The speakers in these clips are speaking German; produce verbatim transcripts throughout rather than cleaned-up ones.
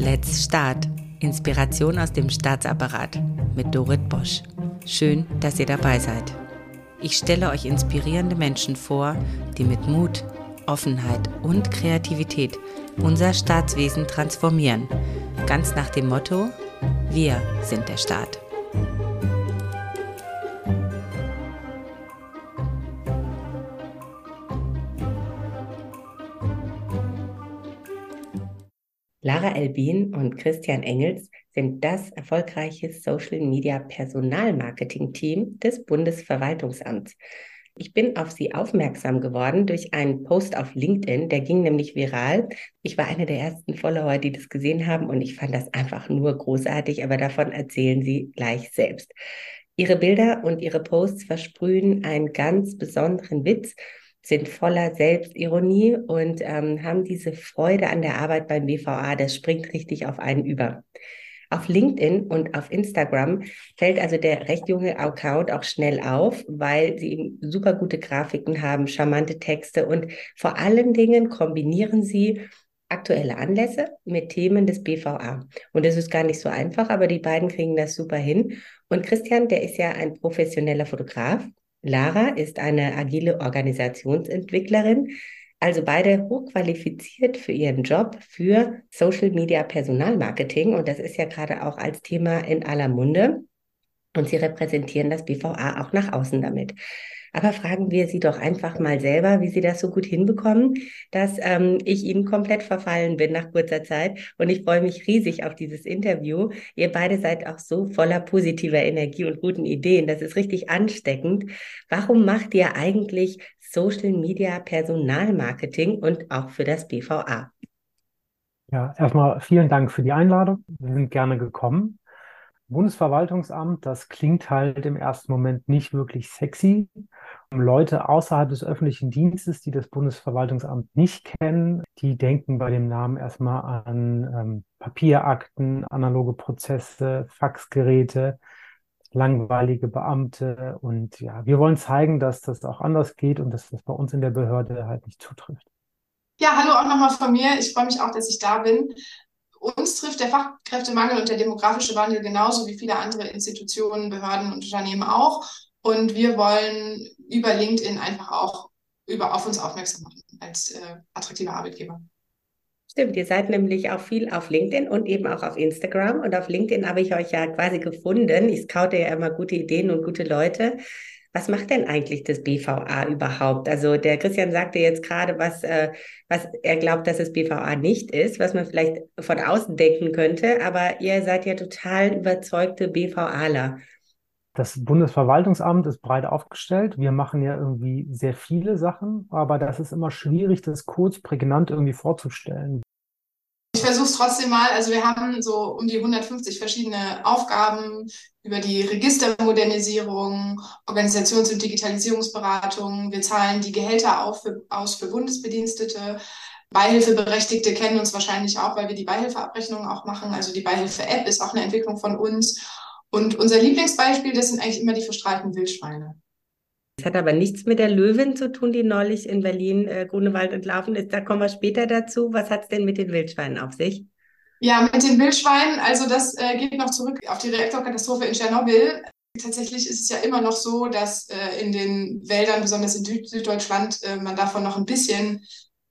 Let's Start. Inspiration aus dem Staatsapparat mit Dorit Bosch. Schön, dass ihr dabei seid. Ich stelle euch inspirierende Menschen vor, die mit Mut, Offenheit und Kreativität unser Staatswesen transformieren. Ganz nach dem Motto: Wir sind der Staat. Lara Elbin und Christian Engels sind das erfolgreiche Social-Media-Personalmarketing-Team des Bundesverwaltungsamts. Ich bin auf sie aufmerksam geworden durch einen Post auf LinkedIn, der ging nämlich viral. Ich war eine der ersten Follower, die das gesehen haben, und ich fand das einfach nur großartig, aber davon erzählen sie gleich selbst. Ihre Bilder und ihre Posts versprühen einen ganz besonderen Witz, sind voller Selbstironie und ähm, haben diese Freude an der Arbeit beim B V A, das springt richtig auf einen über. Auf LinkedIn und auf Instagram fällt also der recht junge Account auch schnell auf, weil sie eben super gute Grafiken haben, charmante Texte und vor allen Dingen kombinieren sie aktuelle Anlässe mit Themen des B V A. Und das ist gar nicht so einfach, aber die beiden kriegen das super hin. Und Christian, der ist ja ein professioneller Fotograf. Lara ist eine agile Organisationsentwicklerin, also beide hochqualifiziert für ihren Job für Social Media Personalmarketing. Und das ist ja gerade auch als Thema in aller Munde. Und sie repräsentieren das B V A auch nach außen damit. Aber fragen wir sie doch einfach mal selber, wie sie das so gut hinbekommen, dass ähm, ich ihnen komplett verfallen bin nach kurzer Zeit. Und ich freue mich riesig auf dieses Interview. Ihr beide seid auch so voller positiver Energie und guten Ideen. Das ist richtig ansteckend. Warum macht ihr eigentlich Social Media Personalmarketing und auch für das B V A? Ja, erstmal vielen Dank für die Einladung. Wir sind gerne gekommen. Bundesverwaltungsamt, das klingt halt im ersten Moment nicht wirklich sexy. Und Leute außerhalb des öffentlichen Dienstes, die das Bundesverwaltungsamt nicht kennen, die denken bei dem Namen erstmal an ähm, Papierakten, analoge Prozesse, Faxgeräte, langweilige Beamte. Und ja, wir wollen zeigen, dass das auch anders geht und dass das bei uns in der Behörde halt nicht zutrifft. Ja, hallo auch nochmal von mir. Ich freue mich auch, dass ich da bin. Uns trifft der Fachkräftemangel und der demografische Wandel genauso wie viele andere Institutionen, Behörden und Unternehmen auch. Und wir wollen über LinkedIn einfach auch über, auf uns aufmerksam machen als äh, attraktiver Arbeitgeber. Stimmt, ihr seid nämlich auch viel auf LinkedIn und eben auch auf Instagram. Und auf LinkedIn habe ich euch ja quasi gefunden. Ich scoute ja immer gute Ideen und gute Leute. Was macht denn eigentlich das B V A überhaupt? Also der Christian sagte jetzt gerade, was, äh, was er glaubt, dass das B V A nicht ist, was man vielleicht von außen denken könnte. Aber ihr seid ja total überzeugte BVAler. Das Bundesverwaltungsamt ist breit aufgestellt. Wir machen ja irgendwie sehr viele Sachen, aber das ist immer schwierig, das kurz prägnant irgendwie vorzustellen. Ich versuche es trotzdem mal. Also wir haben so um die hundertfünfzig verschiedene Aufgaben über die Registermodernisierung, Organisations- und Digitalisierungsberatung. Wir zahlen die Gehälter auf für, aus für Bundesbedienstete. Beihilfeberechtigte kennen uns wahrscheinlich auch, weil wir die Beihilfeabrechnungen auch machen. Also die Beihilfe-App ist auch eine Entwicklung von uns. Und unser Lieblingsbeispiel, das sind eigentlich immer die verstrahlten Wildschweine. Das hat aber nichts mit der Löwin zu tun, die neulich in Berlin äh, Grunewald entlaufen ist. Da kommen wir später dazu. Was hat es denn mit den Wildschweinen auf sich? Ja, mit den Wildschweinen, also das äh, geht noch zurück auf die Reaktorkatastrophe in Tschernobyl. Tatsächlich ist es ja immer noch so, dass äh, in den Wäldern, besonders in Süd Süddeutschland, äh, man davon noch ein bisschen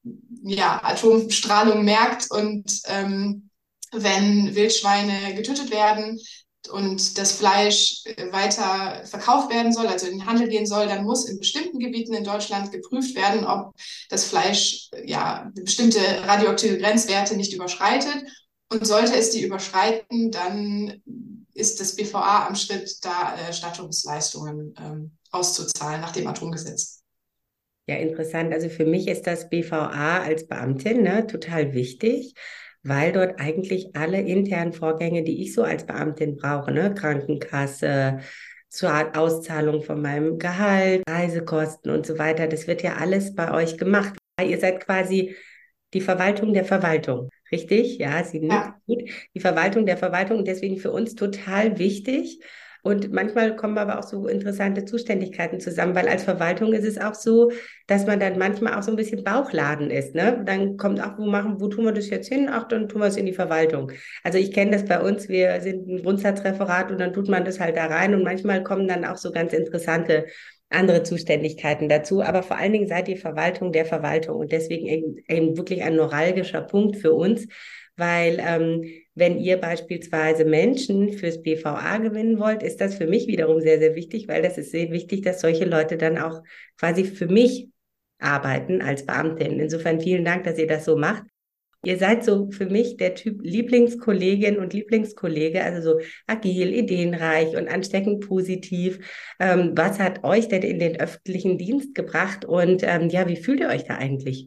ja, Atomstrahlung merkt. Und ähm, wenn Wildschweine getötet werden und das Fleisch äh, weiter verkauft werden soll, also in den Handel gehen soll, dann muss in bestimmten Gebieten in Deutschland geprüft werden, ob das Fleisch ja bestimmte radioaktive Grenzwerte nicht überschreitet. Und sollte es die überschreiten, dann ist das B V A am Schritt, da äh, Stattungsleistungen ähm, auszuzahlen nach dem Atomgesetz. Ja, interessant. Also für mich ist das B V A als Beamtin, ne, total wichtig, weil dort eigentlich alle internen Vorgänge, die ich so als Beamtin brauche, ne, Krankenkasse, zur Auszahlung von meinem Gehalt, Reisekosten und so weiter, das wird ja alles bei euch gemacht. Ihr seid quasi die Verwaltung der Verwaltung, richtig? Ja, sie nickt Ja. gut. Die Verwaltung der Verwaltung und deswegen für uns total wichtig. Und manchmal kommen aber auch so interessante Zuständigkeiten zusammen, weil als Verwaltung ist es auch so, dass man dann manchmal auch so ein bisschen Bauchladen ist, ne? Dann kommt auch, wo machen, wo tun wir das jetzt hin? Ach, dann tun wir es in die Verwaltung. Also ich kenne das bei uns, wir sind ein Grundsatzreferat und dann tut man das halt da rein und manchmal kommen dann auch so ganz interessante andere Zuständigkeiten dazu, aber vor allen Dingen seid ihr Verwaltung der Verwaltung und deswegen eben, eben wirklich ein neuralgischer Punkt für uns, weil ähm, wenn ihr beispielsweise Menschen fürs B V A gewinnen wollt, ist das für mich wiederum sehr, sehr wichtig, weil das ist sehr wichtig, dass solche Leute dann auch quasi für mich arbeiten als Beamtin. Insofern vielen Dank, dass ihr das so macht. Ihr seid so für mich der Typ Lieblingskollegin und Lieblingskollege, also so agil, ideenreich und ansteckend positiv. Ähm, was hat euch denn in den öffentlichen Dienst gebracht und ähm, ja, wie fühlt ihr euch da eigentlich?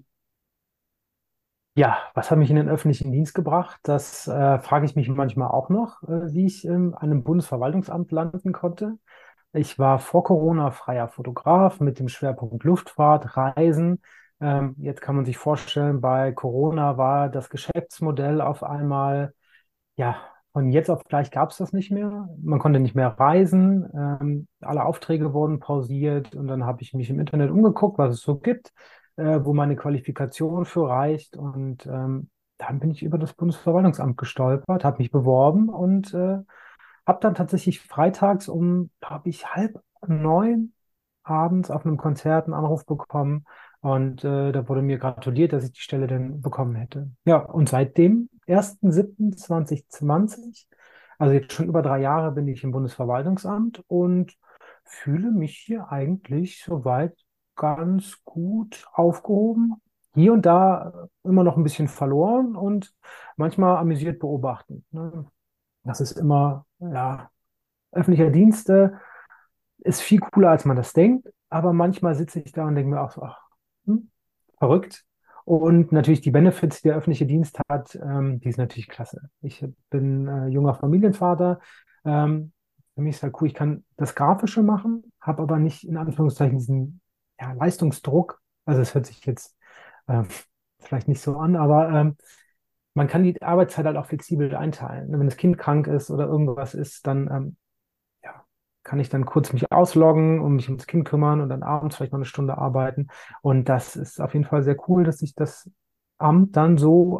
Ja, was hat mich in den öffentlichen Dienst gebracht? Das äh, frage ich mich manchmal auch noch, äh, wie ich in einem Bundesverwaltungsamt landen konnte. Ich war vor Corona freier Fotograf mit dem Schwerpunkt Luftfahrt, Reisen. Ähm, jetzt kann man sich vorstellen, bei Corona war das Geschäftsmodell auf einmal, ja, von jetzt auf gleich gab es das nicht mehr. Man konnte nicht mehr reisen. Ähm, alle Aufträge wurden pausiert und dann habe ich mich im Internet umgeguckt, was es so gibt, äh, wo meine Qualifikation für reicht. Und ähm, dann bin ich über das Bundesverwaltungsamt gestolpert, habe mich beworben und äh, habe dann tatsächlich freitags um, glaube ich, halb neun abends auf einem Konzert einen Anruf bekommen und äh, da wurde mir gratuliert, dass ich die Stelle denn bekommen hätte. Ja, und seit dem ersten siebten zweitausendzwanzig, also jetzt schon über drei Jahre, bin ich im Bundesverwaltungsamt und fühle mich hier eigentlich soweit ganz gut aufgehoben. Hier und da immer noch ein bisschen verloren und manchmal amüsiert beobachten. Ne? Das ist immer, ja, öffentlicher Dienste ist viel cooler, als man das denkt, aber manchmal sitze ich da und denke mir auch so, ach, hm, verrückt. Und natürlich die Benefits, die der öffentliche Dienst hat, ähm, die ist natürlich klasse. Ich bin äh, junger Familienvater. Ähm, für mich ist halt cool, ich kann das Grafische machen, habe aber nicht in Anführungszeichen diesen ja, Leistungsdruck. Also es hört sich jetzt ähm, vielleicht nicht so an, aber ähm, man kann die Arbeitszeit halt auch flexibel einteilen. Wenn das Kind krank ist oder irgendwas ist, dann ähm, ja, kann ich dann kurz mich ausloggen und mich ums Kind kümmern und dann abends vielleicht noch eine Stunde arbeiten. Und das ist auf jeden Fall sehr cool, dass sich das Amt dann so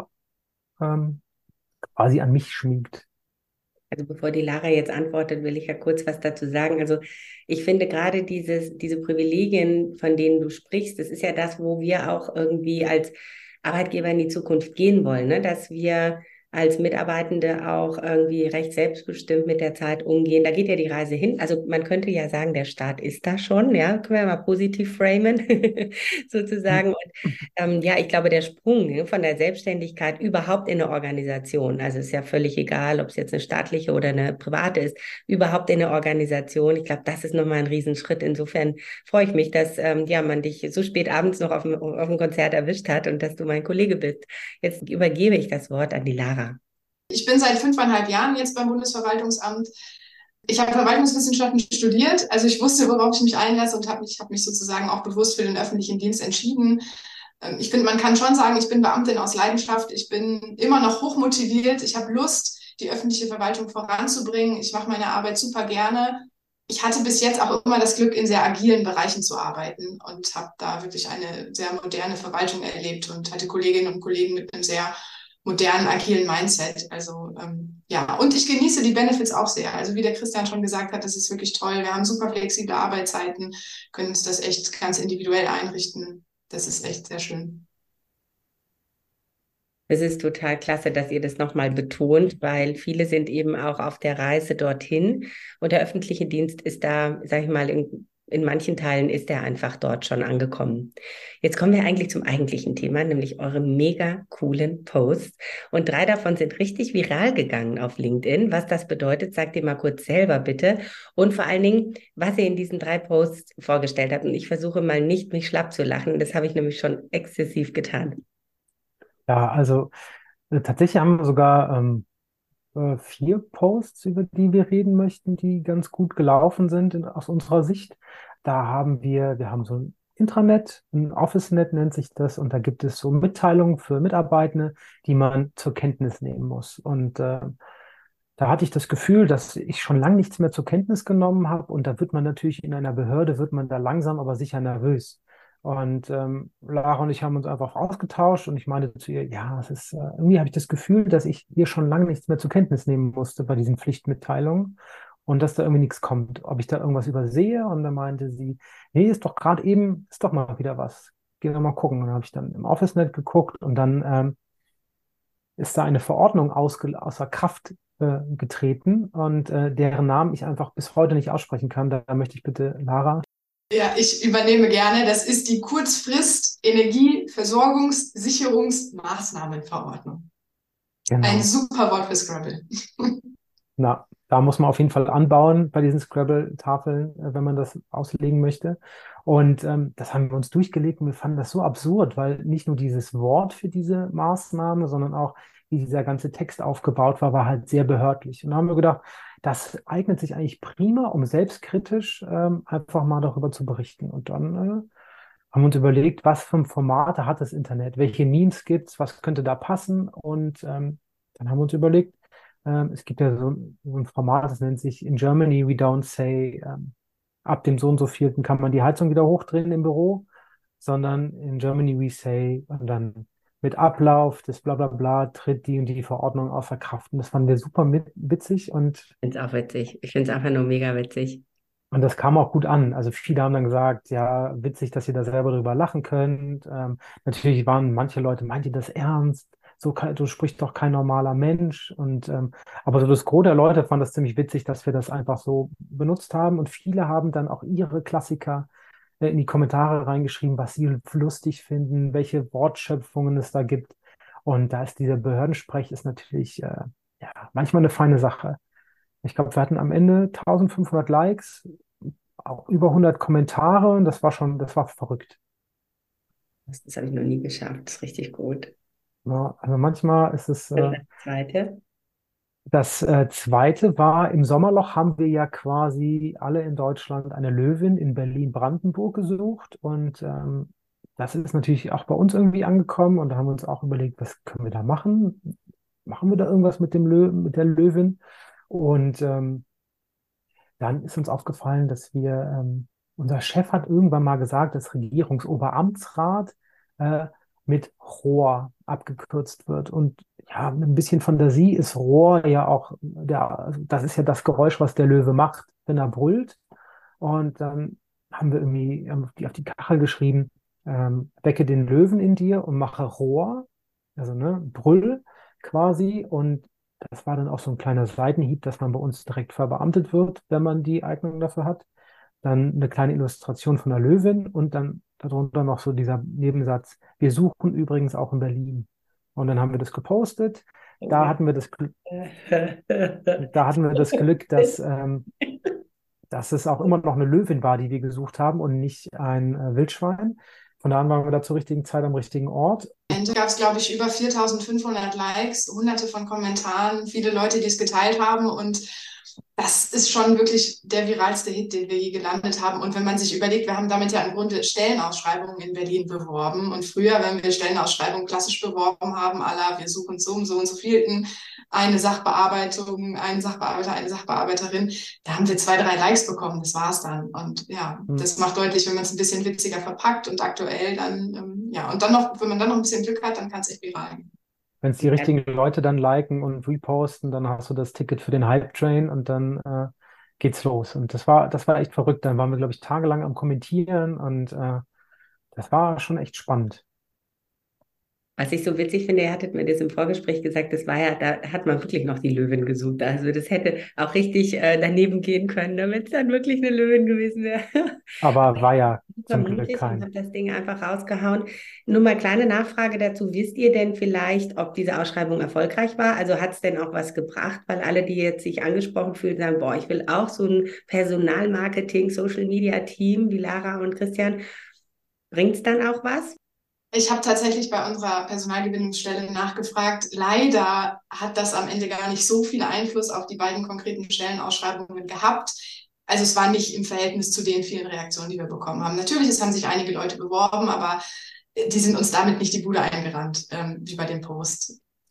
ähm, quasi an mich schmiegt. Also bevor die Lara jetzt antwortet, will ich ja kurz was dazu sagen. Also ich finde gerade dieses, diese Privilegien, von denen du sprichst, das ist ja das, wo wir auch irgendwie als Arbeitgeber in die Zukunft gehen wollen, ne? Dass wir als Mitarbeitende auch irgendwie recht selbstbestimmt mit der Zeit umgehen. Da geht ja die Reise hin. Also man könnte ja sagen, der Staat ist da schon, ja, können wir mal positiv framen, sozusagen. Und ähm, ja, ich glaube, der Sprung, ne, von der Selbstständigkeit überhaupt in eine Organisation, also ist ja völlig egal, ob es jetzt eine staatliche oder eine private ist, überhaupt in eine Organisation. Ich glaube, das ist nochmal ein Riesenschritt. Insofern freue ich mich, dass ähm, ja, man dich so spät abends noch auf dem, auf dem Konzert erwischt hat und dass du mein Kollege bist. Jetzt übergebe ich das Wort an die Lara. Ich bin seit fünfeinhalb Jahren jetzt beim Bundesverwaltungsamt. Ich habe Verwaltungswissenschaften studiert, also ich wusste, worauf ich mich einlasse und habe mich, hab mich sozusagen auch bewusst für den öffentlichen Dienst entschieden. Ähm, Ich bin, man kann schon sagen, ich bin Beamtin aus Leidenschaft. Ich bin immer noch hochmotiviert. Ich habe Lust, die öffentliche Verwaltung voranzubringen. Ich mache meine Arbeit super gerne. Ich hatte bis jetzt auch immer das Glück, in sehr agilen Bereichen zu arbeiten und habe da wirklich eine sehr moderne Verwaltung erlebt und hatte Kolleginnen und Kollegen mit einem sehr modernen, agilen Mindset. Also ähm, ja, und ich genieße die Benefits auch sehr. Also wie der Christian schon gesagt hat, das ist wirklich toll. Wir haben super flexible Arbeitszeiten, können uns das echt ganz individuell einrichten. Das ist echt sehr schön. Es ist total klasse, dass ihr das nochmal betont, weil viele sind eben auch auf der Reise dorthin und der öffentliche Dienst ist da, sag ich mal, in, in manchen Teilen ist er einfach dort schon angekommen. Jetzt kommen wir eigentlich zum eigentlichen Thema, nämlich eure mega coolen Posts. Und drei davon sind richtig viral gegangen auf LinkedIn. Was das bedeutet, sagt ihr mal kurz selber bitte. Und vor allen Dingen, was ihr in diesen drei Posts vorgestellt habt. Und ich versuche mal nicht, mich schlapp zu lachen. Das habe ich nämlich schon exzessiv getan. Ja, also äh, tatsächlich haben wir sogar ähm, äh, vier Posts, über die wir reden möchten, die ganz gut gelaufen sind in, aus unserer Sicht. Da haben wir, wir haben so ein Intranet, ein OfficeNet nennt sich das, und da gibt es so Mitteilungen für Mitarbeitende, die man zur Kenntnis nehmen muss. Und äh, da hatte ich das Gefühl, dass ich schon lange nichts mehr zur Kenntnis genommen habe. Und da wird man natürlich in einer Behörde, wird man da langsam, aber sicher nervös. Und ähm, Lara und ich haben uns einfach ausgetauscht und ich meinte zu ihr, ja, es ist, äh, irgendwie habe ich das Gefühl, dass ich hier schon lange nichts mehr zur Kenntnis nehmen musste bei diesen Pflichtmitteilungen und dass da irgendwie nichts kommt, ob ich da irgendwas übersehe. Und dann meinte sie, nee, ist doch gerade eben, ist doch mal wieder was. Gehen wir mal gucken. Und dann habe ich dann im OfficeNet geguckt und dann ähm, ist da eine Verordnung ausge außer Kraft äh, getreten und äh, deren Namen ich einfach bis heute nicht aussprechen kann. Da, da möchte ich bitte Lara. Ja, ich übernehme gerne. Das ist die Kurzfrist Energieversorgungssicherungsmaßnahmenverordnung. Ein Genau. super Wort für Scrabble. Na, da muss man auf jeden Fall anbauen bei diesen Scrabble-Tafeln, äh, wenn man das auslegen möchte. Und ähm, das haben wir uns durchgelegt und wir fanden das so absurd, weil nicht nur dieses Wort für diese Maßnahme, sondern auch, wie dieser ganze Text aufgebaut war, war halt sehr behördlich. Und da haben wir gedacht, das eignet sich eigentlich prima, um selbstkritisch ähm, einfach mal darüber zu berichten. Und dann äh, haben wir uns überlegt, was für Formate hat das Internet, welche Memes gibt es, was könnte da passen. Und ähm, dann haben wir uns überlegt, ähm, es gibt ja so, so ein Format, das nennt sich In Germany We Don't Say, ähm, ab dem so und so vierten kann man die Heizung wieder hochdrehen im Büro, sondern In Germany We Say und dann mit Ablauf des bla bla bla tritt die und die Verordnung außer Kraft. Und das fanden wir super mit, witzig und, Ich finde es auch witzig. Ich finde es einfach nur mega witzig. und das kam auch gut an. Also viele haben dann gesagt, ja, witzig, dass ihr da selber drüber lachen könnt. Ähm, natürlich waren manche Leute, meint ihr das ernst? So, kann- so spricht doch kein normaler Mensch. Und ähm, aber so das Gros der Leute fand das ziemlich witzig, dass wir das einfach so benutzt haben. Und viele haben dann auch ihre Klassiker äh, in die Kommentare reingeschrieben, was sie lustig finden, welche Wortschöpfungen es da gibt. Und da ist dieser Behördensprech ist natürlich äh, ja, manchmal eine feine Sache. Ich glaube, wir hatten am Ende eintausendfünfhundert Likes, auch über hundert Kommentare und das war schon, das war verrückt. Das, das habe ich noch nie geschafft. Das ist richtig gut. Ja, also manchmal ist es, Und äh, das zweite. das äh, zweite war, im Sommerloch haben wir ja quasi alle in Deutschland eine Löwin in Berlin-Brandenburg gesucht und ähm, das ist natürlich auch bei uns irgendwie angekommen und da haben wir uns auch überlegt, was können wir da machen? Machen wir da irgendwas mit dem Löwen, mit der Löwin? Und ähm, dann ist uns aufgefallen, dass wir, ähm, unser Chef hat irgendwann mal gesagt, dass Regierungsoberamtsrat äh, mit Rohr abgekürzt wird. Und ja, mit ein bisschen Fantasie ist Rohr ja auch, der, also das ist ja das Geräusch, was der Löwe macht, wenn er brüllt. Und dann haben wir irgendwie haben die auf die Kachel geschrieben, ähm, wecke den Löwen in dir und mache Rohr, also ne, Brüll quasi. Und das war dann auch so ein kleiner Seitenhieb, dass man bei uns direkt verbeamtet wird, wenn man die Eignung dafür hat. Dann eine kleine Illustration von der Löwin und dann darunter noch so dieser Nebensatz, wir suchen übrigens auch in Berlin. Und dann haben wir das gepostet. Oh Da mein hatten wir das, Gl- Gott. da hatten wir das Glück, dass, ähm, dass es auch immer noch eine Löwin war, die wir gesucht haben und nicht ein äh, Wildschwein. Von da an waren wir da zur richtigen Zeit am richtigen Ort. Am Ende gab es, glaube ich, über viertausendfünfhundert Likes, hunderte von Kommentaren, viele Leute, die es geteilt haben. Und das ist schon wirklich der viralste Hit, den wir je gelandet haben. Und wenn man sich überlegt, wir haben damit ja im Grunde Stellenausschreibungen in Berlin beworben. Und früher, wenn wir Stellenausschreibungen klassisch beworben haben, à la, wir suchen so und so und so vielten, eine Sachbearbeitung, einen Sachbearbeiter, eine Sachbearbeiterin, da haben wir zwei, drei Likes bekommen. Das war's dann. Und ja, Hm. das macht deutlich, wenn man es ein bisschen witziger verpackt und aktuell dann, ähm, ja, und dann noch, wenn man dann noch ein bisschen Glück hat, dann kann es echt viral gehen. Wenn es die richtigen Leute dann liken und reposten, dann hast du das Ticket für den Hype-Train und dann äh, geht's los. Und das war, das war echt verrückt. Dann waren wir, glaube ich, tagelang am Kommentieren und äh, das war schon echt spannend. Was ich so witzig finde, ihr hattet mir das im Vorgespräch gesagt, das war ja, da hat man wirklich noch die Löwin gesucht. Also das hätte auch richtig äh, daneben gehen können, damit es dann wirklich eine Löwin gewesen wäre. Aber war ja Super zum Glück mutig und kein. habe das Ding einfach rausgehauen. Nur mal kleine Nachfrage dazu. Wisst ihr denn vielleicht, ob diese Ausschreibung erfolgreich war? Also hat es denn auch was gebracht? Weil alle, die jetzt sich angesprochen fühlen, sagen, boah, ich will auch so ein Personalmarketing, Social Media Team wie Lara und Christian. Bringt es dann auch was? Ich habe tatsächlich bei unserer Personalgewinnungsstelle nachgefragt. Leider hat das am Ende gar nicht so viel Einfluss auf die beiden konkreten Stellenausschreibungen gehabt. Also es war nicht im Verhältnis zu den vielen Reaktionen, die wir bekommen haben. Natürlich, es haben sich einige Leute beworben, aber die sind uns damit nicht die Bude eingerannt, ähm, wie bei dem Post.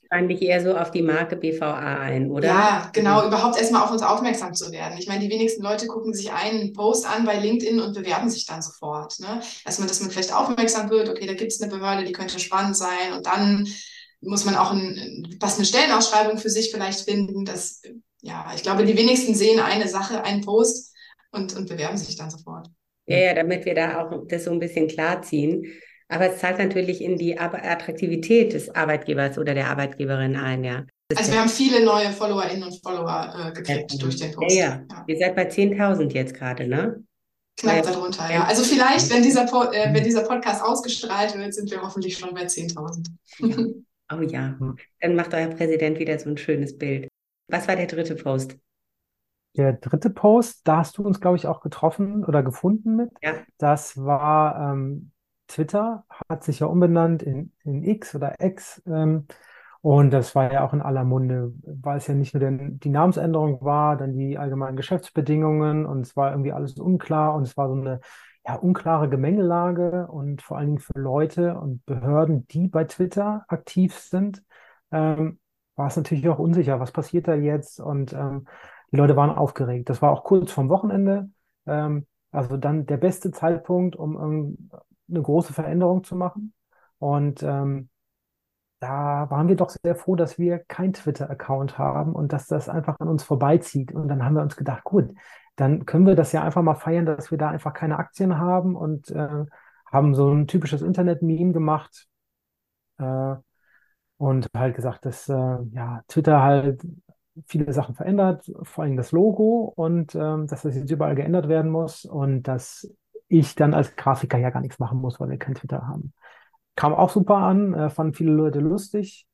wahrscheinlich eher so auf die Marke B V A ein, oder? Ja, genau, überhaupt erstmal auf uns aufmerksam zu werden. Ich meine, die wenigsten Leute gucken sich einen Post an bei LinkedIn und bewerben sich dann sofort. Ne? Erstmal, dass man vielleicht aufmerksam wird, okay, da gibt es eine Behörde, die könnte spannend sein. Und dann muss man auch ein, passende Stellenausschreibung für sich vielleicht finden. Das, ja, ich glaube, die wenigsten sehen eine Sache, einen Post und, und bewerben sich dann sofort. Ja, ja, damit wir da auch das so ein bisschen klarziehen. Aber es zahlt natürlich in die Ar- Attraktivität des Arbeitgebers oder der Arbeitgeberin ein, ja. Das ist Also ja wir haben viele neue Followerinnen und Follower äh, sehr gekriegt durch cool. den Ja, Post. ja. Ja. Ihr seid bei zehntausend jetzt gerade, ne? War Knapp ja darunter, ja. Also vielleicht, wenn dieser, po äh, wenn dieser Podcast ausgestrahlt wird, sind wir hoffentlich schon bei zehntausend. ja. Oh ja. Dann macht euer Präsident wieder so ein schönes Bild. Was war der dritte Post? Der dritte Post, da hast du uns, glaube ich, auch getroffen oder gefunden mit. Ja. Das war ähm, Twitter, hat sich ja umbenannt in, in X oder X. Ähm, und das war ja auch in aller Munde, weil es ja nicht nur den, die Namensänderung war, dann die allgemeinen Geschäftsbedingungen und es war irgendwie alles unklar und es war so eine ja, unklare Gemengelage und vor allen Dingen für Leute und Behörden, die bei Twitter aktiv sind, ähm, war es natürlich auch unsicher, was passiert da jetzt und ähm, die Leute waren aufgeregt. Das war auch kurz vorm Wochenende. Ähm, also dann der beste Zeitpunkt, um ähm, eine große Veränderung zu machen. Und ähm, da waren wir doch sehr froh, dass wir kein Twitter-Account haben und dass das einfach an uns vorbeizieht. Und dann haben wir uns gedacht, gut, dann können wir das ja einfach mal feiern, dass wir da einfach keine Aktien haben und äh, haben so ein typisches Internet-Meme gemacht. Äh, und halt gesagt, dass äh, ja, Twitter halt viele Sachen verändert, vor allem das Logo und ähm, dass das jetzt überall geändert werden muss und dass ich dann als Grafiker ja gar nichts machen muss, weil wir kein Twitter haben. Kam auch super an, äh, fanden viele Leute lustig.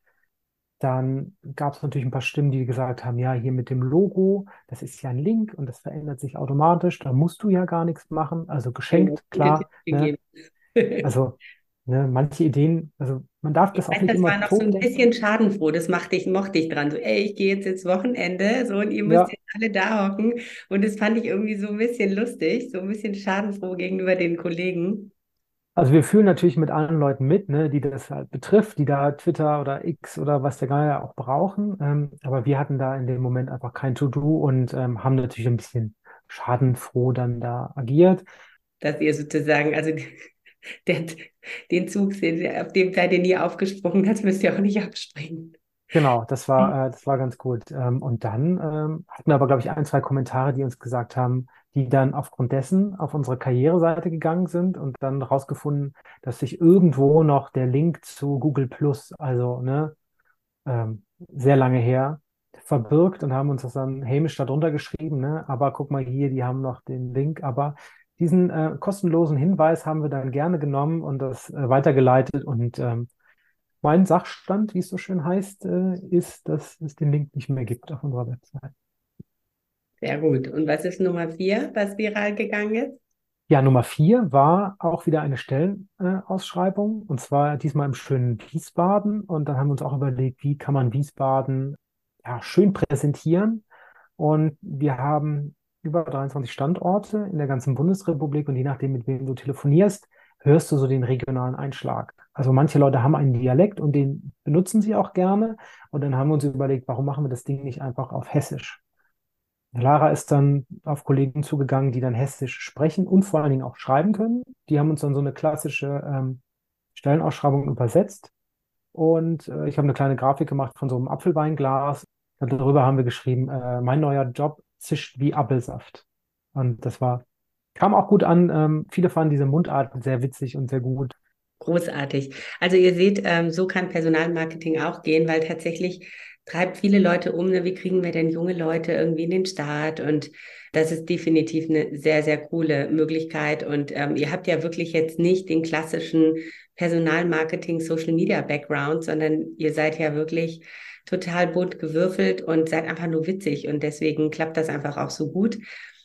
Dann gab es natürlich ein paar Stimmen, die gesagt haben, ja, hier mit dem Logo, das ist ja ein Link und das verändert sich automatisch, da musst du ja gar nichts machen. Also Genau, geschenkt, viele klar. Tipps Ne? gegeben. Also ne, manche Ideen, also man darf Ich das auch weiß, nicht das war immer noch so tot ein denken. bisschen schadenfroh. Das machte ich, mochte ich dran. So, ey, ich gehe jetzt ins Wochenende, so, und ihr müsst Ja, jetzt alle da hocken. Und das fand ich irgendwie so ein bisschen lustig, so ein bisschen schadenfroh gegenüber den Kollegen. also wir fühlen natürlich mit allen Leuten mit, ne, die das halt betrifft, die da Twitter oder X oder was der Geier auch brauchen. Ähm, aber wir hatten da in dem Moment einfach kein To-Do und ähm, haben natürlich ein bisschen schadenfroh dann da agiert. Dass ihr sozusagen, also der, den Zug, den- auf dem seid ihr nie aufgesprungen, das müsst ihr auch nicht abspringen. Genau, das war, äh, das war ganz gut. Ähm, und dann ähm, hatten wir aber, glaube ich, ein, zwei Kommentare, die uns gesagt haben, die dann aufgrund dessen auf unsere Karriereseite gegangen sind und dann rausgefunden, dass sich irgendwo noch der Link zu Google Plus, also ne, ähm, sehr lange her, verbirgt und haben uns das dann hämisch darunter geschrieben, ne? Aber guck mal hier, die haben noch den Link. Aber diesen äh, kostenlosen Hinweis haben wir dann gerne genommen und das äh, weitergeleitet. Und ähm, mein Sachstand, wie es so schön heißt, äh, ist, dass es den Link nicht mehr gibt auf unserer Website. Sehr gut. Und was ist Nummer vier, was viral gegangen ist? Ja, Nummer vier war auch wieder eine Stellenausschreibung und zwar diesmal im schönen Wiesbaden. Und dann haben wir uns auch überlegt, wie kann man Wiesbaden ja, schön präsentieren. Und wir haben über dreiundzwanzig Standorte in der ganzen Bundesrepublik und je nachdem, mit wem du telefonierst, hörst du so den regionalen Einschlag. Also manche Leute haben einen Dialekt und den benutzen sie auch gerne. Und dann haben wir uns überlegt, warum machen wir das Ding nicht einfach auf Hessisch? Lara ist dann auf Kollegen zugegangen, die dann Hessisch sprechen und vor allen Dingen auch schreiben können. Die haben uns dann so eine klassische ähm, Stellenausschreibung übersetzt. Und äh, ich habe eine kleine Grafik gemacht von so einem Apfelweinglas. Und darüber haben wir geschrieben, äh, mein neuer Job zischt wie Apfelsaft. Und das war, kam auch gut an. Ähm, viele fanden diese Mundart sehr witzig und sehr gut. Großartig. Also ihr seht, ähm, so kann Personalmarketing auch gehen, weil tatsächlich treibt viele Leute um, ne? Wie kriegen wir denn junge Leute irgendwie in den Start? Und das ist definitiv eine sehr, sehr coole Möglichkeit. Und ähm, ihr habt ja wirklich jetzt nicht den klassischen Personalmarketing, Social Media Background, sondern ihr seid ja wirklich total bunt gewürfelt und seid einfach nur witzig. Und deswegen klappt das einfach auch so gut.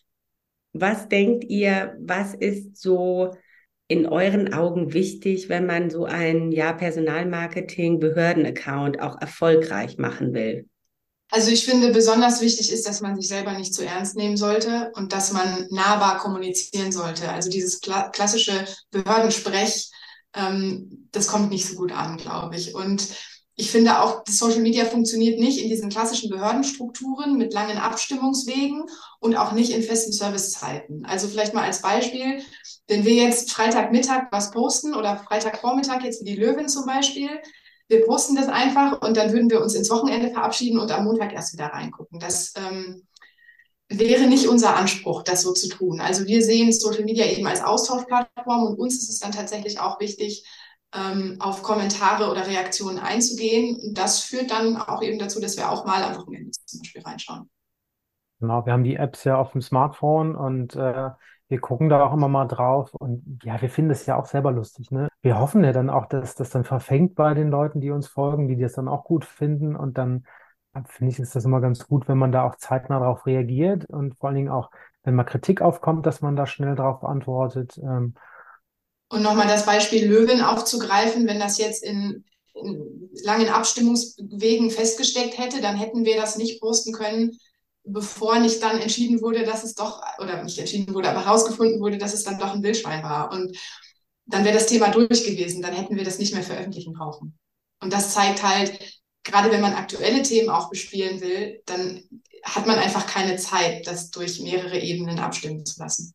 Was denkt ihr, was ist so in euren Augen wichtig, wenn man so einen, ja, Personalmarketing-Behörden-Account auch erfolgreich machen will? Also ich finde, besonders wichtig ist, dass man sich selber nicht zu ernst nehmen sollte und dass man nahbar kommunizieren sollte. Also dieses kla klassische Behördensprech, ähm, das kommt nicht so gut an, glaube ich. Und Ich finde auch, das Social Media funktioniert nicht in diesen klassischen Behördenstrukturen mit langen Abstimmungswegen und auch nicht in festen Servicezeiten. Also vielleicht mal als Beispiel, wenn wir jetzt Freitagmittag was posten oder Freitagvormittag, jetzt wie die Löwin zum Beispiel, wir posten das einfach und dann würden wir uns ins Wochenende verabschieden und am Montag erst wieder reingucken. Das ähm, wäre nicht unser Anspruch, das so zu tun. Also wir sehen Social Media eben als Austauschplattform und uns ist es dann tatsächlich auch wichtig, ähm, auf Kommentare oder Reaktionen einzugehen. Und das führt dann auch eben dazu, dass wir auch mal am Wochenende zum Beispiel reinschauen. Genau, wir haben die Apps ja auf dem Smartphone und äh, wir gucken da auch immer mal drauf und ja, wir finden das ja auch selber lustig, ne? Wir hoffen ja dann auch, dass das dann verfängt bei den Leuten, die uns folgen, die das dann auch gut finden und dann äh, finde ich, ist das immer ganz gut, wenn man da auch zeitnah darauf reagiert und vor allen Dingen auch, wenn mal Kritik aufkommt, dass man da schnell darauf antwortet. Ähm, Und nochmal das Beispiel Löwin aufzugreifen, wenn das jetzt in, in langen Abstimmungswegen festgesteckt hätte, dann hätten wir das nicht posten können, bevor nicht dann entschieden wurde, dass es doch, oder nicht entschieden wurde, aber herausgefunden wurde, dass es dann doch ein Wildschwein war. Und dann wäre das Thema durch gewesen, dann hätten wir das nicht mehr veröffentlichen brauchen. Und das zeigt halt, gerade wenn man aktuelle Themen auch bespielen will, dann hat man einfach keine Zeit, das durch mehrere Ebenen abstimmen zu lassen.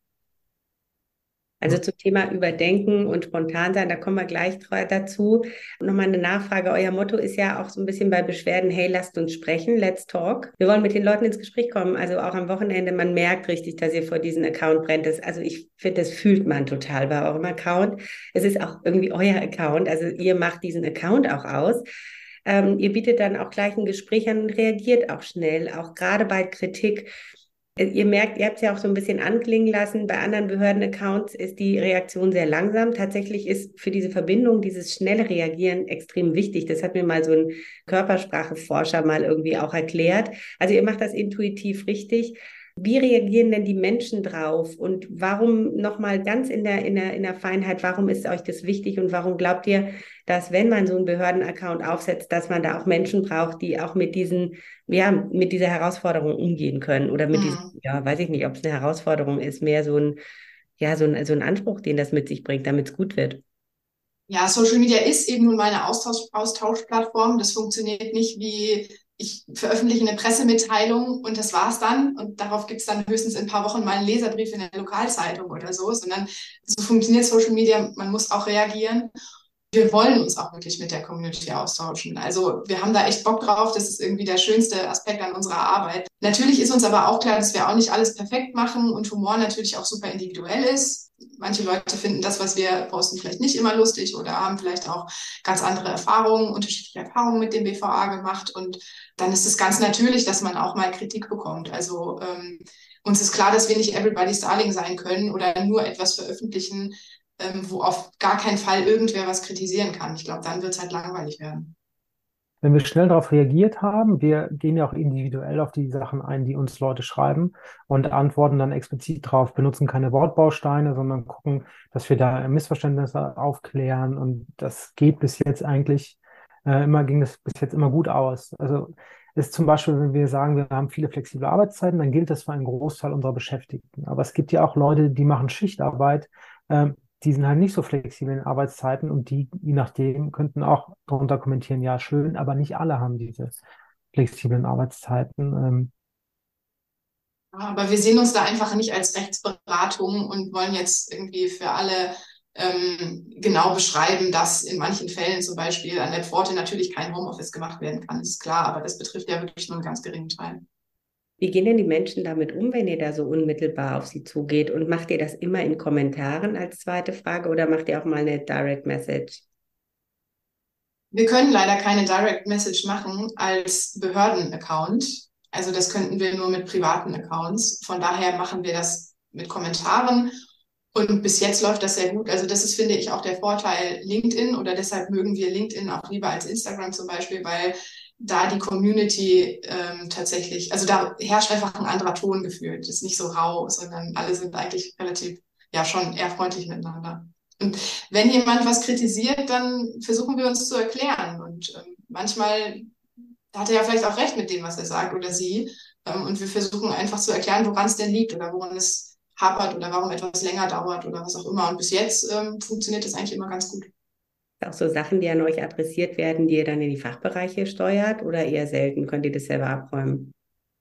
Also zum Thema Überdenken und spontan sein, da kommen wir gleich dazu. Nochmal eine Nachfrage. Euer Motto ist ja auch so ein bisschen bei Beschwerden, hey, lasst uns sprechen, let's talk. Wir wollen mit den Leuten ins Gespräch kommen, also auch am Wochenende. Man merkt richtig, dass ihr vor diesem Account brennt. Das, also ich finde, das fühlt man total bei eurem Account. Es ist auch irgendwie euer Account, also ihr macht diesen Account auch aus. Ähm, ihr bietet dann auch gleich ein Gespräch an und reagiert auch schnell, auch gerade bei Kritik. Ihr merkt, ihr habt es ja auch so ein bisschen anklingen lassen, bei anderen Behördenaccounts ist die Reaktion sehr langsam. Tatsächlich ist für diese Verbindung dieses schnelle Reagieren extrem wichtig. Das hat mir mal so ein Körperspracheforscher mal irgendwie auch erklärt. Also ihr macht das intuitiv richtig. Wie reagieren denn die Menschen drauf? Und warum nochmal ganz in der, in der, in der Feinheit, warum ist euch das wichtig und warum glaubt ihr, dass wenn man so einen Behördenaccount aufsetzt, dass man da auch Menschen braucht, die auch mit diesen, ja, mit dieser Herausforderung umgehen können oder mit diesem, Mhm. ja, weiß ich nicht, ob es eine Herausforderung ist, mehr so ein, ja, so ein, so ein Anspruch, den das mit sich bringt, damit es gut wird. Ja, Social Media ist eben nun mal eine Austausch Austauschplattform. Das funktioniert nicht wie ich veröffentliche eine Pressemitteilung und das war's dann. Und darauf gibt es dann höchstens in ein paar Wochen mal einen Leserbrief in der Lokalzeitung oder so, sondern so funktioniert Social Media. Man muss auch reagieren. Wir wollen uns auch wirklich mit der Community austauschen. Also wir haben da echt Bock drauf. Das ist irgendwie der schönste Aspekt an unserer Arbeit. Natürlich ist uns aber auch klar, dass wir auch nicht alles perfekt machen und Humor natürlich auch super individuell ist. Manche Leute finden das, was wir posten, vielleicht nicht immer lustig oder haben vielleicht auch ganz andere Erfahrungen, unterschiedliche Erfahrungen mit dem B V A gemacht. Und dann ist es ganz natürlich, dass man auch mal Kritik bekommt. Also ähm, uns ist klar, dass wir nicht everybody's darling sein können oder nur etwas veröffentlichen, ähm, wo auf gar keinen Fall irgendwer was kritisieren kann. Ich glaube, dann wird es halt langweilig werden. Wenn wir schnell darauf reagiert haben, wir gehen ja auch individuell auf die Sachen ein, die uns Leute schreiben und antworten dann explizit drauf, benutzen keine Wortbausteine, sondern gucken, dass wir da Missverständnisse aufklären und das geht bis jetzt eigentlich, äh, immer ging das bis jetzt immer gut aus. Also ist zum Beispiel, wenn wir sagen, wir haben viele flexible Arbeitszeiten, dann gilt das für einen Großteil unserer Beschäftigten. Aber es gibt ja auch Leute, die machen Schichtarbeit, ähm, die sind halt nicht so flexibel in Arbeitszeiten und die, je nachdem, könnten auch darunter kommentieren, ja, schön, aber nicht alle haben diese flexiblen Arbeitszeiten. Ähm, Aber wir sehen uns da einfach nicht als Rechtsberatung und wollen jetzt irgendwie für alle ähm, genau beschreiben, dass in manchen Fällen zum Beispiel an der Pforte natürlich kein Homeoffice gemacht werden kann, ist klar, aber das betrifft ja wirklich nur einen ganz geringen Teil. Wie gehen denn die Menschen damit um, wenn ihr da so unmittelbar auf sie zugeht? Und macht ihr das immer in Kommentaren als zweite Frage oder macht ihr auch mal eine Direct Message? Wir können leider keine Direct Message machen als Behörden-Account. Also das könnten wir nur mit privaten Accounts. Von daher machen wir das mit Kommentaren. Und bis jetzt läuft das sehr gut. Also das ist, finde ich, auch der Vorteil LinkedIn oder deshalb mögen wir LinkedIn auch lieber als Instagram zum Beispiel, weil da die Community ähm, tatsächlich, also da herrscht einfach ein anderer Ton gefühlt. Es ist nicht so rau, sondern alle sind eigentlich relativ, ja, schon eher freundlich miteinander. Und wenn jemand was kritisiert, dann versuchen wir uns zu erklären. Und ähm, manchmal hat er ja vielleicht auch recht mit dem, was er sagt oder sie. Ähm, und wir versuchen einfach zu erklären, woran es denn liegt oder woran es hapert oder warum etwas länger dauert oder was auch immer. Und bis jetzt ähm, funktioniert das eigentlich immer ganz gut. Auch so Sachen, die an euch adressiert werden, die ihr dann in die Fachbereiche steuert oder eher selten? Könnt ihr das selber abräumen?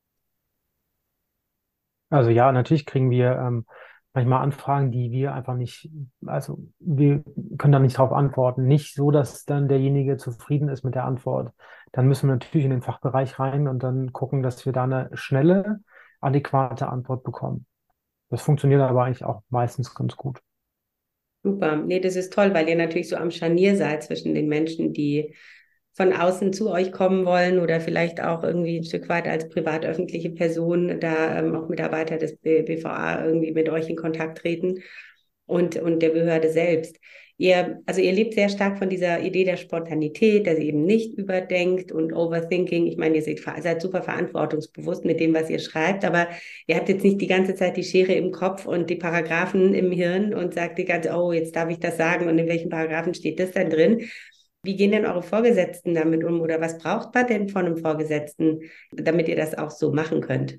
Also ja, natürlich kriegen wir ähm, manchmal Anfragen, die wir einfach nicht, also wir können da nicht darauf antworten. Nicht so, dass dann derjenige zufrieden ist mit der Antwort. Dann müssen wir natürlich in den Fachbereich rein und dann gucken, dass wir da eine schnelle, adäquate Antwort bekommen. Das funktioniert aber eigentlich auch meistens ganz gut. Super. Nee, das ist toll, weil ihr natürlich so am Scharnier seid zwischen den Menschen, die von außen zu euch kommen wollen oder vielleicht auch irgendwie ein Stück weit als privat-öffentliche Person da ähm, auch Mitarbeiter des B- BVA irgendwie mit euch in Kontakt treten und, und der Behörde selbst. Ihr, also ihr lebt sehr stark von dieser Idee der Spontanität, dass ihr eben nicht überdenkt und Overthinking. Ich meine, ihr seid, seid super verantwortungsbewusst mit dem, was ihr schreibt, aber ihr habt jetzt nicht die ganze Zeit die Schere im Kopf und die Paragraphen im Hirn und sagt die ganze, oh, jetzt darf ich das sagen und in welchen Paragraphen steht das denn drin? Wie gehen denn eure Vorgesetzten damit um oder was braucht man denn von einem Vorgesetzten, damit ihr das auch so machen könnt?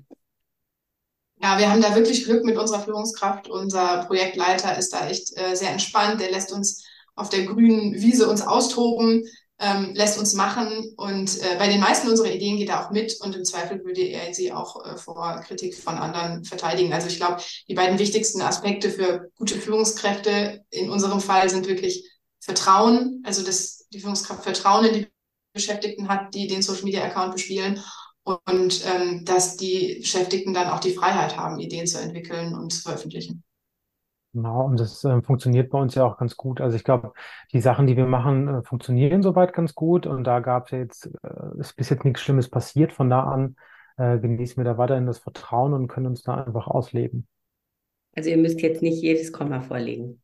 Ja, wir haben da wirklich Glück mit unserer Führungskraft. Unser Projektleiter ist da echt äh, sehr entspannt. Der lässt uns auf der grünen Wiese uns austoben, ähm, lässt uns machen. Und äh, bei den meisten unserer Ideen geht er auch mit. Und im Zweifel würde er sie auch äh, vor Kritik von anderen verteidigen. Also ich glaube, die beiden wichtigsten Aspekte für gute Führungskräfte in unserem Fall sind wirklich Vertrauen, also dass die Führungskraft Vertrauen in die Beschäftigten hat, die den Social Media Account bespielen und ähm, dass die Beschäftigten dann auch die Freiheit haben, Ideen zu entwickeln und zu veröffentlichen. Genau, und das äh, funktioniert bei uns ja auch ganz gut. Also ich glaube, die Sachen, die wir machen, äh, funktionieren soweit ganz gut. Und da gab es ja jetzt, äh, ist bis jetzt nichts Schlimmes passiert. Von da an äh, genießen wir da weiterhin das Vertrauen und können uns da einfach ausleben. Also ihr müsst jetzt nicht jedes Komma vorlegen.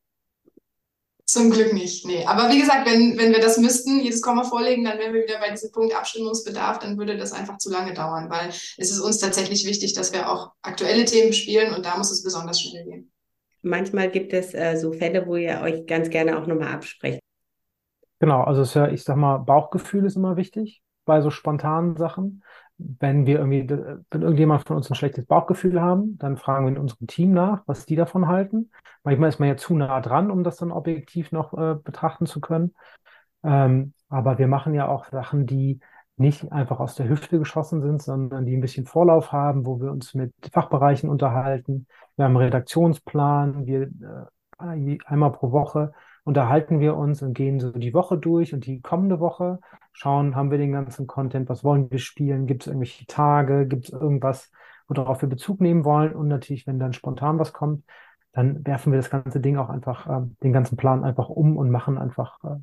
Zum Glück nicht, nee. Aber wie gesagt, wenn, wenn wir das müssten, jedes Komma vorlegen, dann wären wir wieder bei diesem Punkt Abstimmungsbedarf, dann würde das einfach zu lange dauern, weil es ist uns tatsächlich wichtig, dass wir auch aktuelle Themen spielen und da muss es besonders schnell gehen. Manchmal gibt es äh, so Fälle, wo ihr euch ganz gerne auch nochmal absprecht. Genau, also es ist ja, ich sag mal, Bauchgefühl ist immer wichtig bei so spontanen Sachen. Wenn wir irgendwie, wenn irgendjemand von uns ein schlechtes Bauchgefühl haben, dann fragen wir in unserem Team nach, was die davon halten. Manchmal ist man ja zu nah dran, um das dann objektiv noch äh, betrachten zu können. Ähm, aber wir machen ja auch Sachen, die nicht einfach aus der Hüfte geschossen sind, sondern die ein bisschen Vorlauf haben, wo wir uns mit Fachbereichen unterhalten. Wir haben einen Redaktionsplan, wir äh, einmal pro Woche unterhalten wir uns und gehen so die Woche durch und die kommende Woche schauen, haben wir den ganzen Content, was wollen wir spielen, gibt es irgendwelche Tage, gibt es irgendwas, worauf wir Bezug nehmen wollen und natürlich, wenn dann spontan was kommt, dann werfen wir das ganze Ding auch einfach, äh, den ganzen Plan einfach um und machen einfach äh,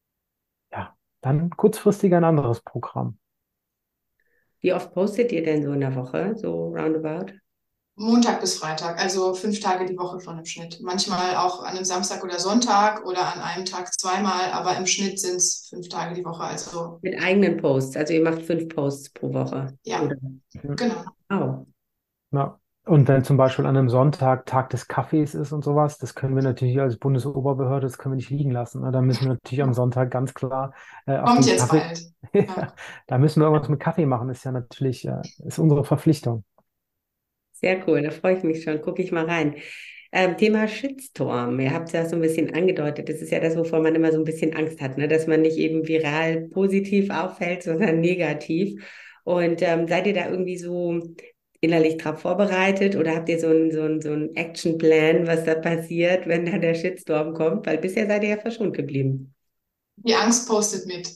ja, dann kurzfristig ein anderes Programm. Wie oft postet ihr denn so in der Woche, so roundabout? Montag bis Freitag, also fünf Tage die Woche schon im Schnitt. Manchmal auch an einem Samstag oder Sonntag oder an einem Tag zweimal, aber im Schnitt sind es fünf Tage die Woche. Also Mit eigenen Posts, also ihr macht fünf Posts pro Woche, ja, oder? genau. Oh, Ja. Und wenn zum Beispiel an einem Sonntag Tag des Kaffees ist und sowas, das können wir natürlich als Bundesoberbehörde, das können wir nicht liegen lassen. Ne? Da müssen wir natürlich am Sonntag ganz klar äh, auf Kommt den jetzt Kaffee. bald. Ja. Ja, da müssen wir irgendwas mit Kaffee machen, ist ja natürlich, äh, ist unsere Verpflichtung. sehr cool, da freue ich mich schon. Gucke ich mal rein. Ähm, Thema Shitstorm. Ihr habt es ja so ein bisschen angedeutet. Das ist ja das, wovor man immer so ein bisschen Angst hat, ne? Dass man nicht eben viral positiv auffällt, sondern negativ. Und ähm, seid ihr da irgendwie so innerlich drauf vorbereitet oder habt ihr so einen so einen, so einen Actionplan, was da passiert, wenn da der Shitstorm kommt? Weil bisher seid ihr ja verschont geblieben. Die Angst postet mit.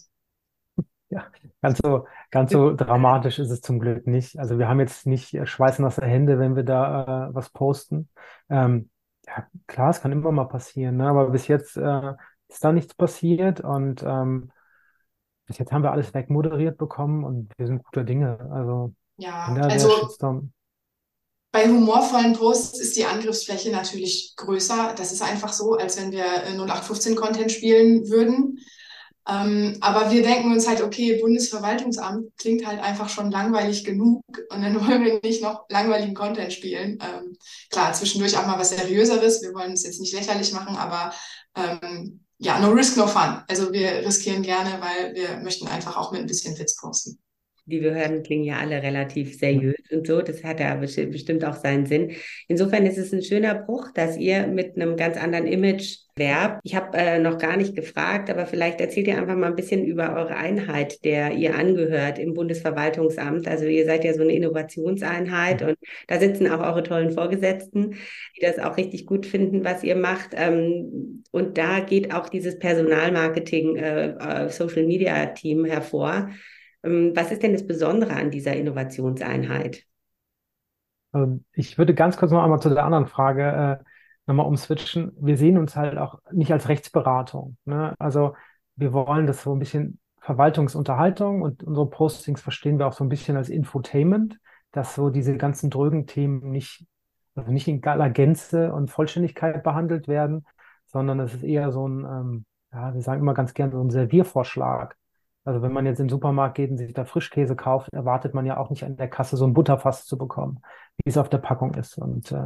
Ja, ganz so, ganz so dramatisch ist es zum Glück nicht. Also wir haben jetzt nicht äh, schweißnasse Hände, wenn wir da äh, was posten. Ähm, ja, klar, es kann immer mal passieren, ne? Aber bis jetzt äh, ist da nichts passiert und ähm, bis jetzt haben wir alles wegmoderiert bekommen und wir sind guter Dinge. Also wenn Ja, da der also Shitstorm, bei humorvollen Posts ist die Angriffsfläche natürlich größer. Das ist einfach so, als wenn wir äh, null acht fünfzehn Content spielen würden. Ähm, aber wir denken uns halt, okay, Bundesverwaltungsamt klingt halt einfach schon langweilig genug und dann wollen wir nicht noch langweiligen Content spielen. Ähm, klar, zwischendurch auch mal was Seriöseres. Wir wollen es jetzt nicht lächerlich machen, aber ähm, ja, no risk, no fun. Also wir riskieren gerne, weil wir möchten einfach auch mit ein bisschen Witz posten. Die Behörden klingen ja alle relativ seriös und so. Das hat ja besti- bestimmt auch seinen Sinn. Insofern ist es ein schöner Bruch, dass ihr mit einem ganz anderen Image werbt. Ich habe äh, noch gar nicht gefragt, aber vielleicht erzählt ihr einfach mal ein bisschen über eure Einheit, der ihr angehört im Bundesverwaltungsamt. Also ihr seid ja so eine Innovationseinheit und da sitzen auch eure tollen Vorgesetzten, die das auch richtig gut finden, was ihr macht. Ähm, und da geht auch dieses Personalmarketing, äh, äh, Social Media Team hervor. Ähm, Was ist denn das Besondere an dieser Innovationseinheit? Ähm, Ich würde ganz kurz noch einmal zu der anderen Frage äh, nochmal umswitchen. Wir sehen uns halt auch nicht als Rechtsberatung. Ne? Also wir wollen das so ein bisschen Verwaltungsunterhaltung und unsere Postings verstehen wir auch so ein bisschen als Infotainment, dass so diese ganzen drögen Themen nicht, also nicht in aller Gänze und Vollständigkeit behandelt werden, sondern es ist eher so ein, ähm, ja, wir sagen immer ganz gerne so ein Serviervorschlag. Also wenn man jetzt in den Supermarkt geht und sich da Frischkäse kauft, erwartet man ja auch nicht an der Kasse so ein Butterfass zu bekommen, wie es auf der Packung ist. Und äh,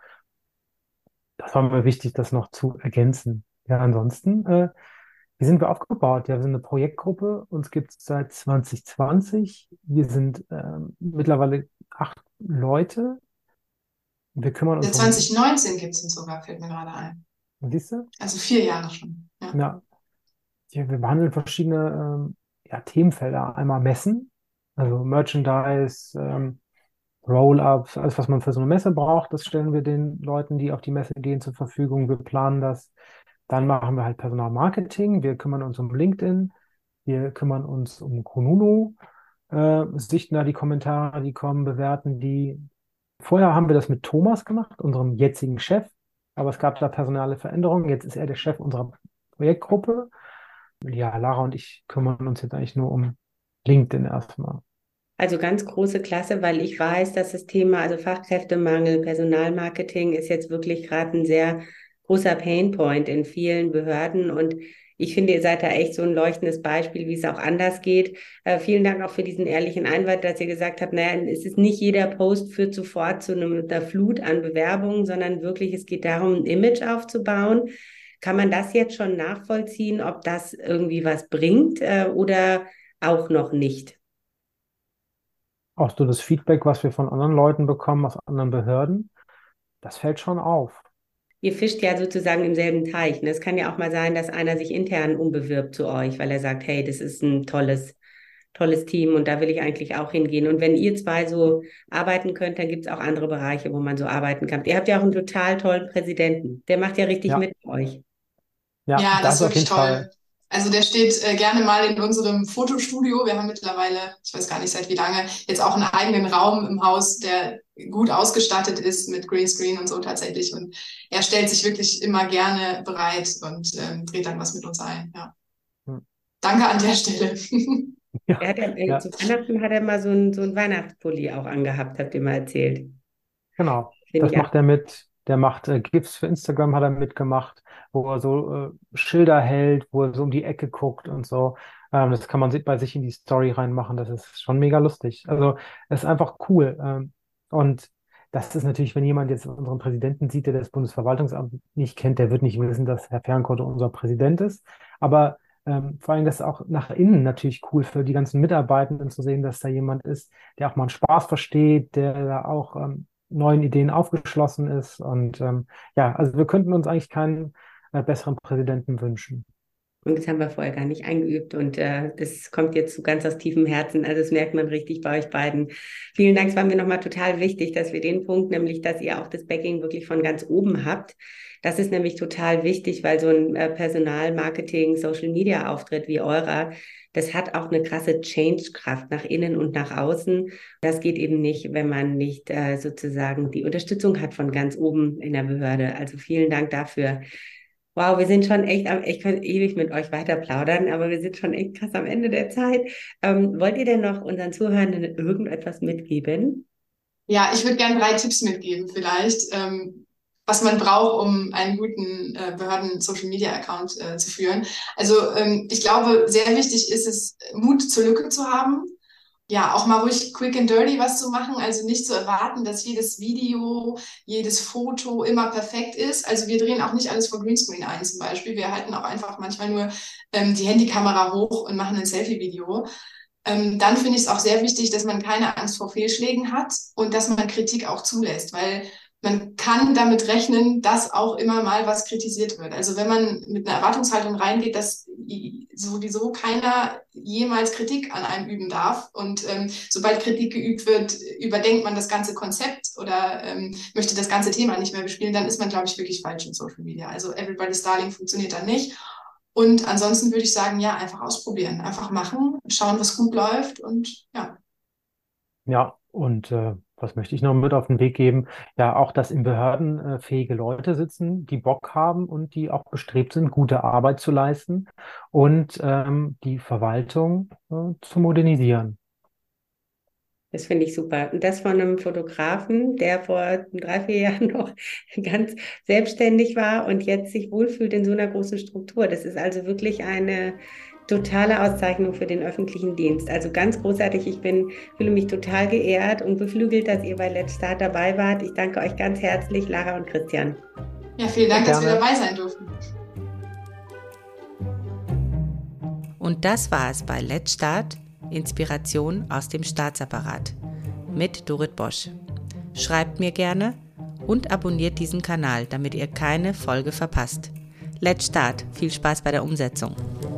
das war mir wichtig, das noch zu ergänzen. Ja, ansonsten, äh, wie sind wir aufgebaut? Ja, wir sind eine Projektgruppe, uns gibt es seit zwanzig zwanzig. Wir sind ähm, mittlerweile acht Leute. Wir kümmern uns Seit um, zwanzig neunzehn gibt es ihn sogar, fällt mir gerade ein. siehst du? Also vier Jahre schon. Ja. Ja, ja, wir behandeln verschiedene ähm, ja, Themenfelder. Einmal Messen, also Merchandise, ähm, Roll-ups, alles, was man für so eine Messe braucht, das stellen wir den Leuten, die auf die Messe gehen, zur Verfügung. Wir planen das. Dann machen wir halt Personalmarketing. Wir kümmern uns um LinkedIn. Wir kümmern uns um Kununu, äh, sichten da die Kommentare, die kommen, bewerten die. Vorher haben wir das mit Thomas gemacht, unserem jetzigen Chef. Aber es gab da personale Veränderungen. Jetzt ist er der Chef unserer Projektgruppe. Ja, Lara und ich kümmern uns jetzt eigentlich nur um LinkedIn erstmal. Also ganz große Klasse, weil ich weiß, dass das Thema, also Fachkräftemangel, Personalmarketing ist jetzt wirklich gerade ein sehr großer Painpoint in vielen Behörden. Und ich finde, ihr seid da echt so ein leuchtendes Beispiel, wie es auch anders geht. Äh, vielen Dank auch für diesen ehrlichen Einwand, dass ihr gesagt habt, naja, es ist nicht jeder Post führt sofort zu einem, einer Flut an Bewerbungen, sondern wirklich, es geht darum, ein Image aufzubauen. Kann man das jetzt schon nachvollziehen, ob das irgendwie was bringt, äh, oder auch noch nicht? Auch so das Feedback, was wir von anderen Leuten bekommen, aus anderen Behörden, das fällt schon auf. Ihr fischt ja sozusagen im selben Teich. Ne? Es kann ja auch mal sein, dass einer sich intern umbewirbt zu euch, weil er sagt, hey, das ist ein tolles, tolles Team und da will ich eigentlich auch hingehen. Und wenn ihr zwei so arbeiten könnt, dann gibt es auch andere Bereiche, wo man so arbeiten kann. Ihr habt ja auch einen total tollen Präsidenten. Der macht ja richtig Ja, mit euch. ja, Ja, das das ist auf wirklich jeden toll. Fall. Also der steht äh, gerne mal in unserem Fotostudio. Wir haben mittlerweile, ich weiß gar nicht seit wie lange, jetzt auch einen eigenen Raum im Haus, der gut ausgestattet ist mit Greenscreen und so tatsächlich. Und er stellt sich wirklich immer gerne bereit und ähm, dreht dann was mit uns ein. Ja. Hm. Danke an der Stelle. Er Ja, hat ja, äh, ja, zu Weihnachten hat er mal so ein, so ein Weihnachtspulli auch angehabt, habt ihr mal erzählt. genau. Finde Das ich auch. macht er mit. Der macht äh, GIFs für Instagram, hat er mitgemacht, wo er so äh, Schilder hält, wo er so um die Ecke guckt und so. Ähm, das kann man si- bei sich in die Story reinmachen. Das ist schon mega lustig. Also, es ist einfach cool. Ähm, und das ist natürlich, wenn jemand jetzt unseren Präsidenten sieht, der das Bundesverwaltungsamt nicht kennt, der wird nicht wissen, dass Herr Fernkotte unser Präsident ist. Aber ähm, vor allem das ist auch nach innen natürlich cool für die ganzen Mitarbeitenden zu sehen, dass da jemand ist, der auch mal einen Spaß versteht, der da auch ähm, neuen Ideen aufgeschlossen ist. Und ähm, ja, also wir könnten uns eigentlich keinen äh, besseren Präsidenten wünschen. Und das haben wir vorher gar nicht eingeübt. Und äh, das kommt jetzt so ganz aus tiefem Herzen. Also das merkt man richtig bei euch beiden. Vielen Dank. Es war mir nochmal total wichtig, dass wir den Punkt, nämlich, dass ihr auch das Backing wirklich von ganz oben habt. Das ist nämlich total wichtig, weil so ein äh, Personalmarketing, Social Media Auftritt wie eurer, das hat auch eine krasse Change-Kraft nach innen und nach außen. Das geht eben nicht, wenn man nicht äh, sozusagen die Unterstützung hat von ganz oben in der Behörde. Also vielen Dank dafür. Wow, wir sind schon echt am, ich könnte ewig mit euch weiter plaudern, aber wir sind schon echt krass am Ende der Zeit. Ähm, wollt ihr denn noch unseren Zuhörenden irgendetwas mitgeben? Ja, ich würde gerne drei Tipps mitgeben, vielleicht, ähm, was man braucht, um einen guten äh, Behörden-Social-Media-Account äh, zu führen. Also ähm, ich glaube, sehr wichtig ist es, Mut zur Lücke zu haben. Ja, auch mal ruhig quick and dirty was zu machen, also nicht zu erwarten, dass jedes Video, jedes Foto immer perfekt ist. Also wir drehen auch nicht alles vor Greenscreen ein zum Beispiel. Wir halten auch einfach manchmal nur ähm, die Handykamera hoch und machen ein Selfie-Video. Ähm, dann finde ich es auch sehr wichtig, dass man keine Angst vor Fehlschlägen hat und dass man Kritik auch zulässt, weil man kann damit rechnen, dass auch immer mal was kritisiert wird. Also wenn man mit einer Erwartungshaltung reingeht, dass sowieso keiner jemals Kritik an einem üben darf und ähm, sobald Kritik geübt wird, überdenkt man das ganze Konzept oder ähm, möchte das ganze Thema nicht mehr bespielen, dann ist man, glaube ich, wirklich falsch in Social Media. Also Everybody's Darling funktioniert dann nicht. Und ansonsten würde ich sagen, ja, einfach ausprobieren, einfach machen, schauen, was gut läuft und ja. Ja, und äh, was möchte ich noch mit auf den Weg geben? Ja, auch, dass in Behörden äh, fähige Leute sitzen, die Bock haben und die auch bestrebt sind, gute Arbeit zu leisten und ähm, die Verwaltung äh, zu modernisieren. Das finde ich super. Und das von einem Fotografen, der vor drei, vier Jahren noch ganz selbstständig war und jetzt sich wohlfühlt in so einer großen Struktur. Das ist also wirklich eine totale Auszeichnung für den öffentlichen Dienst. Also ganz großartig. Ich bin, fühle mich total geehrt und beflügelt, dass ihr bei Let's Start dabei wart. Ich danke euch ganz herzlich, Lara und Christian. Ja, vielen Dank, dass wir dabei sein durften. Und das war es bei Let's Start. Inspiration aus dem Staatsapparat mit Dorit Bosch. Schreibt mir gerne und abonniert diesen Kanal, damit ihr keine Folge verpasst. Let's Start. Viel Spaß bei der Umsetzung.